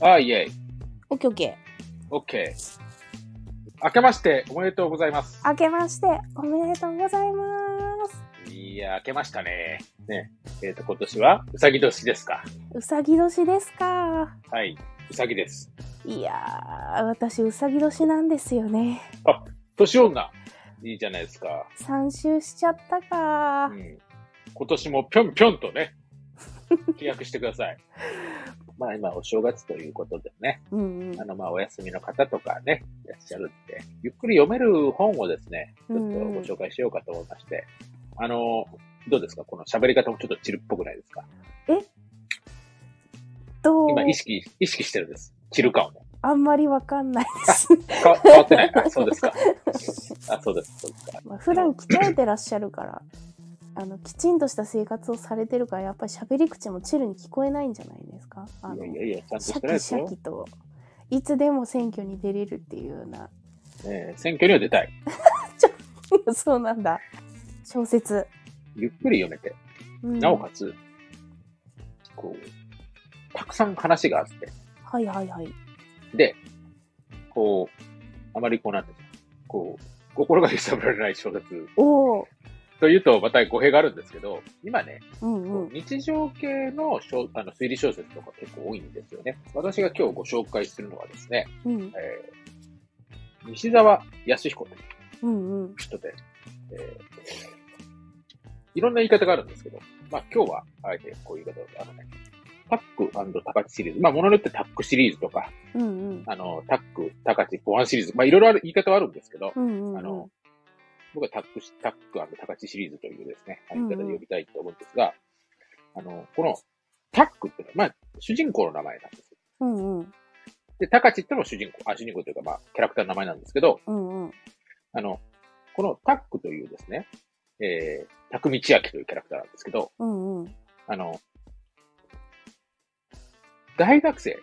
イェイ。 オッケーオッケオッケー。明けましておめでとうございます。 ー。明けましておめでとうございます。 いや、明けましたね。ね。今年はうさぎ年ですか？ うさぎ年ですか？ はい。うさぎです。 いやー、私うさぎ年なんですよね。 あ、年女。いいじゃないですか。 3周しちゃったか。 今年もぴょんぴょんとね、契約してください。まあ今お正月ということでね、まあお休みの方とかね、いらっしゃるんで、ゆっくり読める本をですね、ちょっとご紹介しようかと思いまして、どうですか？この喋り方もちょっとチルっぽくないですか？今意識してるんです。チル感を。 あんまりわかんないです。 変わってない。あ、そうですか。あ、そうです、そうですか。 まあ、普段鍛えてらっしゃるから、きちんとした生活をされてるから、やっぱり喋り口もチルに聞こえないんじゃないですか？ いや、ちゃんとシしてないですよ。 ャキシャキと、いつでも選挙に出れるっていうような。 選挙には出たい。 そうなんだ。小説。 ゆっくり読めて、なおかつ、こう、たくさん話があって。 はいはいはい。 で、こう、あまりこうなんていうの、こう、心が揺さぶられない小説。というと、また語弊があるんですけど、今ね、日常系の推理小説とか結構多いんですよね。私が今日ご紹介するのはですね、西澤康彦という人で、いろんな言い方があるんですけど、まあ今日はあえてこういう言い方をタック&タカチシリーズ。まあ、ものによってタックシリーズとか、タック、タカチ、ボアンシリーズ。まあ、いろいろある、言い方はあるんですけど、僕はタック&タカチシリーズというですね、言い方で呼びたいと思うんですが、このタックっていうのは、まあ、主人公の名前なんですよ。で、タカチってのも主人公というか、まあ、キャラクターの名前なんですけど、このタックというですね、匠千秋というキャラクターなんですけど、大学生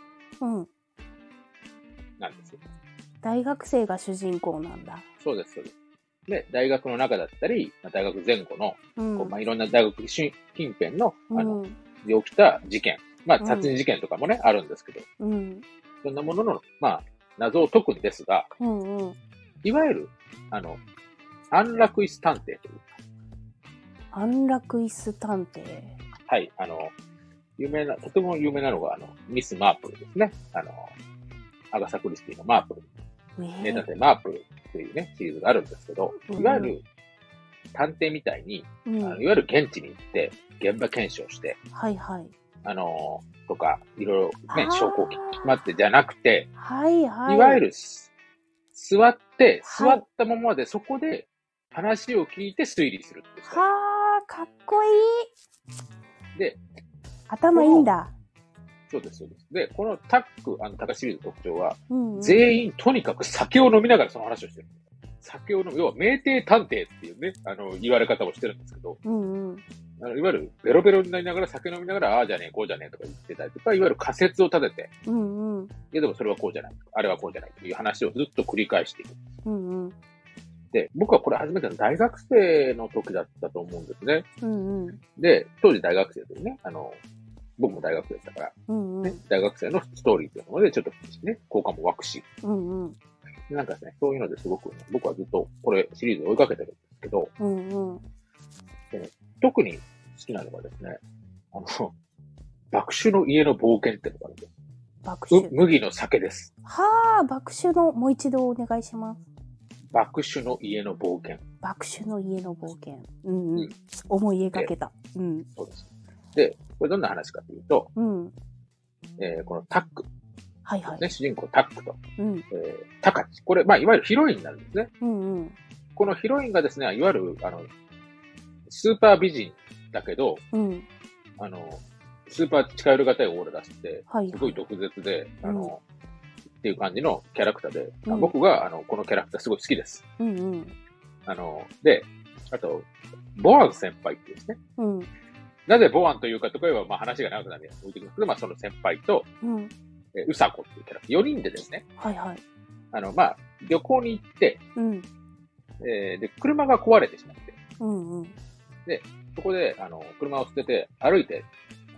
なんですよ。 大学生が主人公なんだ。 そうです、そうです。で、大学の中だったり、大学前後の、まあ、いろんな大学近辺の、で起きた事件。まあ、殺人事件とかもね、あるんですけど、そんなものの、まあ、謎を解くんですが、いわゆる、安楽椅子探偵というか。 安楽椅子探偵。 はい、とても有名なのが、ミス・マープルですね。アガサ・クリスティのマープル。名探偵マープルというね、シリーズがあるんですけど、いわゆる探偵みたいに、いわゆる現地に行って、現場検証して、とか、いろいろね、証拠を決まってじゃなくて、いわゆる、座ったままでそこで話を聞いて推理するんですよ。 はー、かっこいい。 で、 頭いいんだ。 そうです、そうです。で、このタック&タカシリーズの特徴は、全員とにかく酒を飲みながらその話をしてる。酒を飲む、要は酩酊探偵っていうね、言われ方をしてるんですけど、いわゆるベロベロになりながら酒飲みながら、ああじゃねえ、こうじゃねえとか言ってたりとか、いわゆる仮説を立てて、いやでもそれはこうじゃない、あれはこうじゃないという話をずっと繰り返していく。で、僕はこれ初めての大学生の時だったと思うんですね。で、当時大学生でね、僕も大学生だったから、ね、大学生のストーリーというものでちょっとね、好感も湧くし、なんかですね、そういうのですごく、僕はずっとこれシリーズを追いかけてるんですけど、でね、特に好きなのがですね、爆酒の家の冒険っていうのがあるんです。 爆酒。 麦の酒です。 はあ、爆酒のもう一度お願いします。 爆酒の家の冒険。 爆酒の家の冒険。思い描けた。 そうです。で、これどんな話かというと、このタック。ね、主人公タックと、タカチ。これ、まあ、いわゆるヒロインになるんですね。このヒロインがですね、いわゆる、スーパー美人だけど、スーパー近寄りがたいオーラ出して、すごい毒舌で、っていう感じのキャラクターで、僕が、このキャラクターすごい好きです。で、あと、ボアン先輩ってですね。なぜボアンというかとか言えば、まあ話が長くなるので置いてきますけど、まあその先輩と、うさこっていうキャラクター、4人でですね。まあ、旅行に行って、で、車が壊れてしまって、で、そこで、車を捨てて歩いて、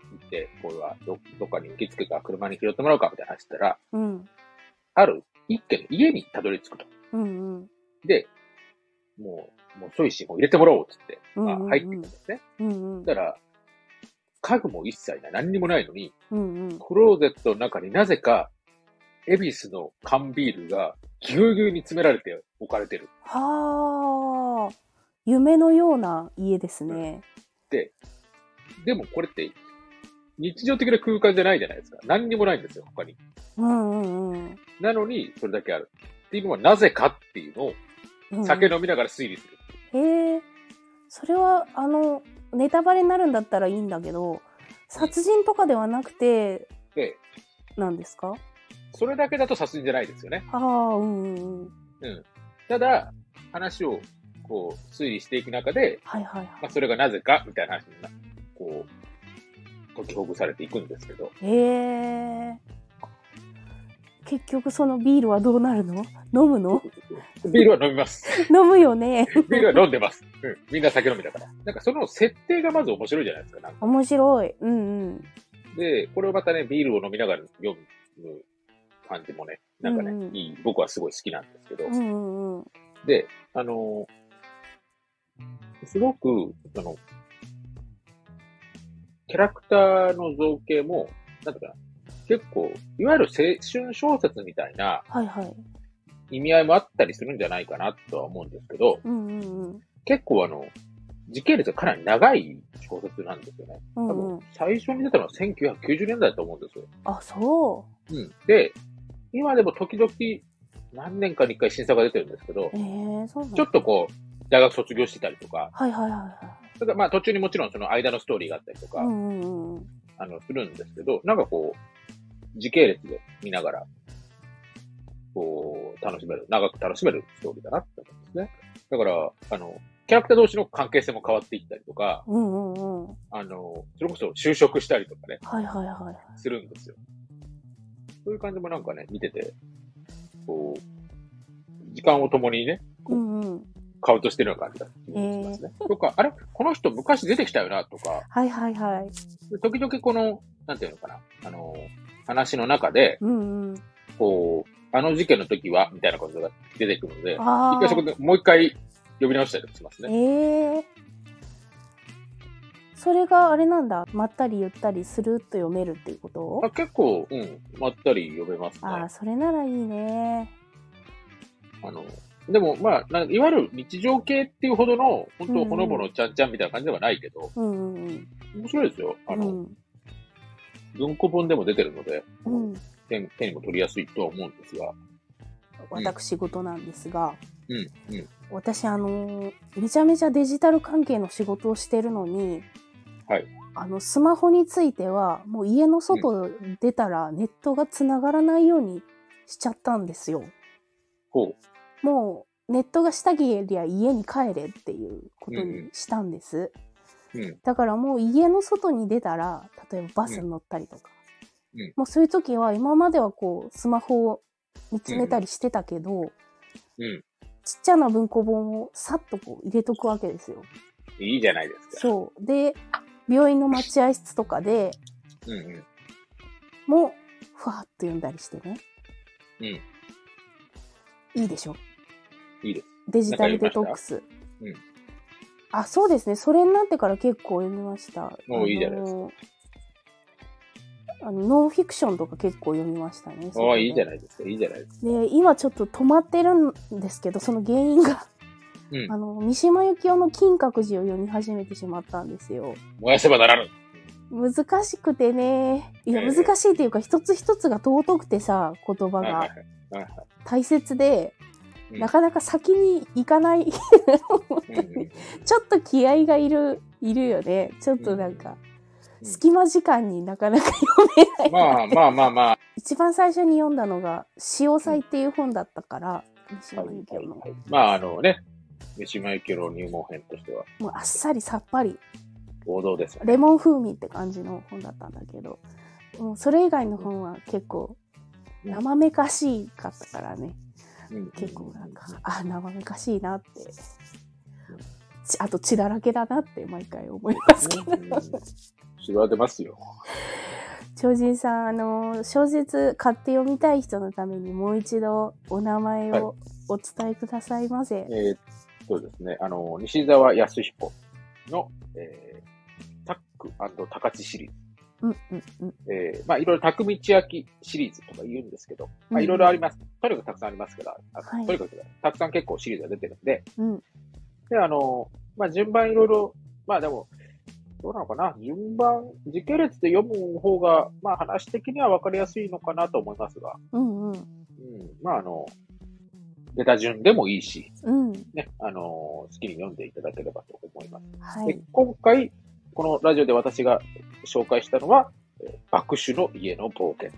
て、これはどっかに受け付けか車に拾ってもらうかみたいな話したら、 うん。 ある一軒の家にたどり着くと。 うんうん。 で、もう、そういうシーンを入れてもらおうっつって、まあ、入っていくんですね。 うんうん。 だから、家具も一切何にもないのに、 うんうん。 クローゼットの中になぜか、恵比寿の缶ビールがぎゅうぎゅうに詰められて置かれてる。 はあ。夢のような家ですね。 でもこれって日常的な空間じゃないじゃないですか。何にもないんですよ、他に。 うんうんうん。 なのに、それだけある。っていうのはなぜかっていうのを酒飲みながら推理する。 へえ。それは、ネタバレになるんだったらいいんだけど、殺人とかではなくて、なんですか？ それだけだと殺人じゃないですよね。 ああ、うんうんうん。 うん。ただ、話をこう推理していく中で、 はいはいはい。 まあ、それがなぜかみたいな話にこう、解きほぐされていくんですけど。 へえ。結局そのビールはどうなるの？飲むの？ ビールは飲みます。 飲むよね。 ビールは飲んでます。うん。みんな酒飲みだから。なんかその設定がまず面白いじゃないですか。なんか面白い。うんうん。 で、これをまたね、ビールを飲みながら読む感じもね、なんかね、 うんうん、 いい、僕はすごい好きなんですけど。 うんうんうん、 で、すごく、キャラクターの造形も、なんていうかな、結構、いわゆる青春小説みたいな意味合いもあったりするんじゃないかなとは思うんですけど、 うんうんうん、 結構時系列がかなり長い小説なんですよね。 うんうん、 多分、最初に出たのは1990年代だと思うんですよ。 あ、そう。うん。で、今でも時々、何年かに一回新作が出てるんですけど、 そうなんだ。 ちょっとこう、大学卒業してたりとか、 はいはいはいはい。 それからまあ途中にもちろんその間のストーリーがあったりとか、 うんうんうん、 するんですけど、なんかこう、時系列で見ながら、こう、長く楽しめるストーリーだなって思うんですね。だから、キャラクター同士の関係性も変わっていったりとか、 うんうんうん、 それこそ就職したりとかね、 はいはいはい、 するんですよ。そういう感じもなんかね、見てて、こう、時間を共にね、 うんうん、 カウントしてるような感じがしますね。とか、あれこの人昔出てきたよなとか、 はいはいはい。 時々この、なんていうのかな、話の中で、 うんうん、 こう、あの事件の時は、みたいなことが出てくるので、 あ一回そこでもう一回呼び直したりしますね。それがあれなんだ。まったりゆったりスルッと読めるっていうこと？ 結構、まったり読めますね。 ああ、それならいいね。 でも、まあ、いわゆる日常系っていうほどの、本当ほのぼのちゃんちゃんみたいな感じではないけど、 うんうんうん、 面白いですよ。文庫本でも出てるので、手にも取りやすいとは思うんですが。 私事なんですが、私めちゃめちゃデジタル関係の仕事をしてるのに、 はい。 スマホについては、もう家の外出たらネットが繋がらないようにしちゃったんですよ。もうネットがしたけりゃ家に帰れっていうことにしたんです。だからもう家の外に出たら、例えばバスに乗ったりとか、もうそういう時は今まではこうスマホを見つめたりしてたけど、ちっちゃな文庫本をさっとこう入れとくわけですよ。 いいじゃないですか。 そう。で、病院の待合室とかで、もう、ふわっと読んだりしてね。いいでしょ？ いいです。 デジタルデトックス。あ、そうですね。それになってから結構読みました。 いいじゃないですか。 ノンフィクションとか結構読みましたね。 いいじゃないですか。いいじゃないですか。 で、今ちょっと止まってるんですけど、その原因が、三島由紀夫の金閣寺を読み始めてしまったんですよ。 燃やせばならぬ。 難しくてね。いや、難しいっていうか、一つ一つが尊くてさ、言葉が。大切で、なかなか先に行かない。ちょっと気合がいるよね。ちょっとなんか、隙間時間になかなか読めない。 まあ。 一番最初に読んだのが、潮祭っていう本だったから、三島由紀夫の。 三島由紀夫の入門編としては。 もうあっさりさっぱり。 王道ですよね。 レモン風味って感じの本だったんだけど、もうそれ以外の本は結構生めかしかったからね。結構なんか、生めかしいなって。 あと血だらけだなって毎回思いますけど。 血は出ますよ。 超人さん、小説買って読みたい人のためにもう一度お名前をお伝えくださいませ。 そうですね。西澤康彦の、タック&高知シリーズ。まあ、いろいろ匠千秋シリーズとか言うんですけど、まあ、いろいろあります。とにかくたくさんありますから、とにかくたくさん結構シリーズが出てるんで、で、まあ、順番いろいろ、まあでも、どうなのかな、順番、時系列で読む方が、まあ話的には分かりやすいのかなと思いますが、まあ出た順でもいいし、ね、好きに読んでいただければと思います。で今回、このラジオで私が紹介したのは、爆種の家の冒険。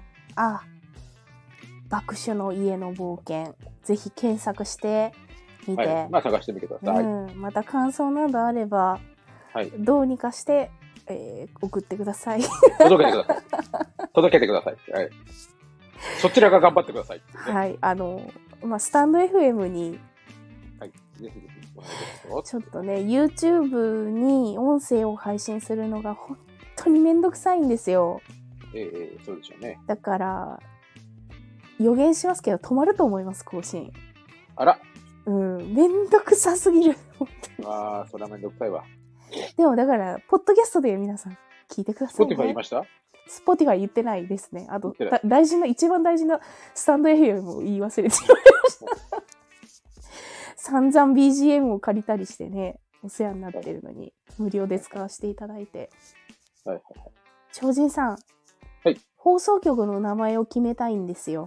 爆種の家の冒険。ぜひ検索してみて。 まあ探してみてください。 また感想などあれば、どうにかして、送ってください。 届けてください。届けてください。そちらが頑張ってください。 まあ、スタンド FM に、 ぜひちょっとね、YouTube に音声を配信するのが本当にめんどくさいんですよ。 そうでしょうね。 だから、予言しますけど、止まると思います、更新。 あら。 めんどくさすぎる。 それはめんどくさいわ。 でもだから、ポッドキャストで皆さん聞いてくださいね。 Spotify 言いました？ Spotify 言ってないですね。あと、一番大事なスタンド FM も言い忘れてしまいました。散々 BGM を借りたりしてね、お世話になってるのに、無料で使わせていただいて。超人さん。放送局の名前を決めたいんですよ。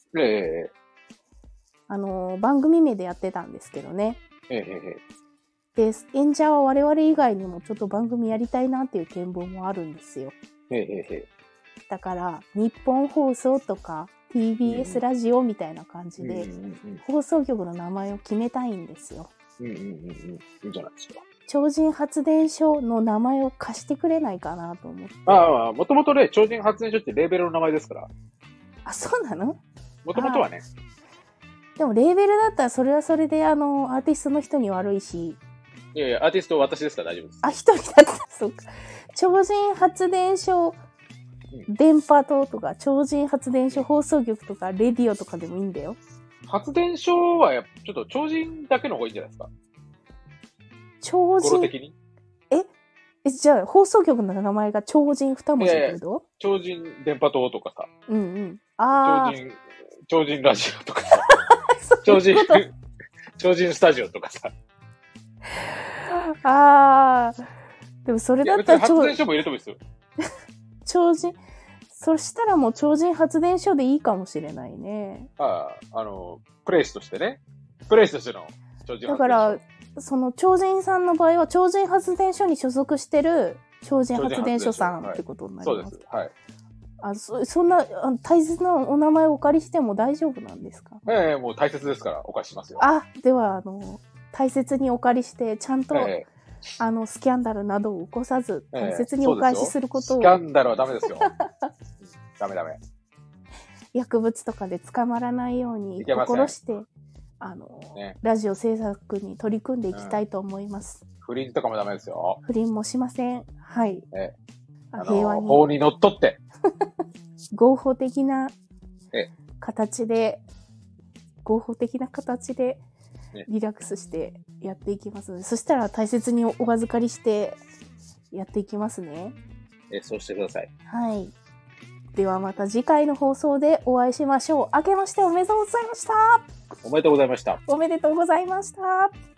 番組名でやってたんですけどね。で、演者は我々以外にもちょっと番組やりたいなっていう見聞もあるんですよ。だから、日本放送とか TBS ラジオみたいな感じで、放送局の名前を決めたいんですよ。 いいんじゃないですか。 超人発電所の名前を貸してくれないかなと思って。 もともとね、超人発電所ってレーベルの名前ですから。 そうなの？ もともとはね。 でもレーベルだったらそれはそれでアーティストの人に悪いし。 いやいや、アーティスト私ですから大丈夫です。 一人だったら、そうか。超人発電所、電波塔とか、超人発電所放送局とか、レディオとかでもいいんだよ。 発電所はちょっと超人だけの方がいいんじゃないですか。 超人。 語呂的に。 じゃあ、放送局の名前が超人二文字ってこと？ 超人電波塔とかさ。超人ラジオとかさ。超人スタジオとかさ。 でもそれだったら発電所も入れてもいいですよ。 超人、そしたらもう超人発電所でいいかもしれないね。 プレイスとしてね。プレイスとしての超人発電所。 だから、その超人さんの場合は超人発電所に所属してる超人発電所さんってことになります。 そうです。 そんな大切なお名前をお借りしても大丈夫なんですか？ もう大切ですからお貸ししますよ。 では大切にお借りしてちゃんと、スキャンダルなどを起こさず大切にお返しすることを。 スキャンダルはダメですよ。ダメ。 薬物とかで捕まらないように心してラジオ制作に取り組んでいきたいと思います。 不倫とかもダメですよ。 不倫もしません。はい。 平和に法にのっとって合法的な形でリラックスしてやっていきますので、そしたら大切にお預かりしてやっていきますね。 そうしてください。 はい。ではまた次回の放送でお会いしましょう。明けましておめでとうございました。 おめでとうございました。 おめでとうございました。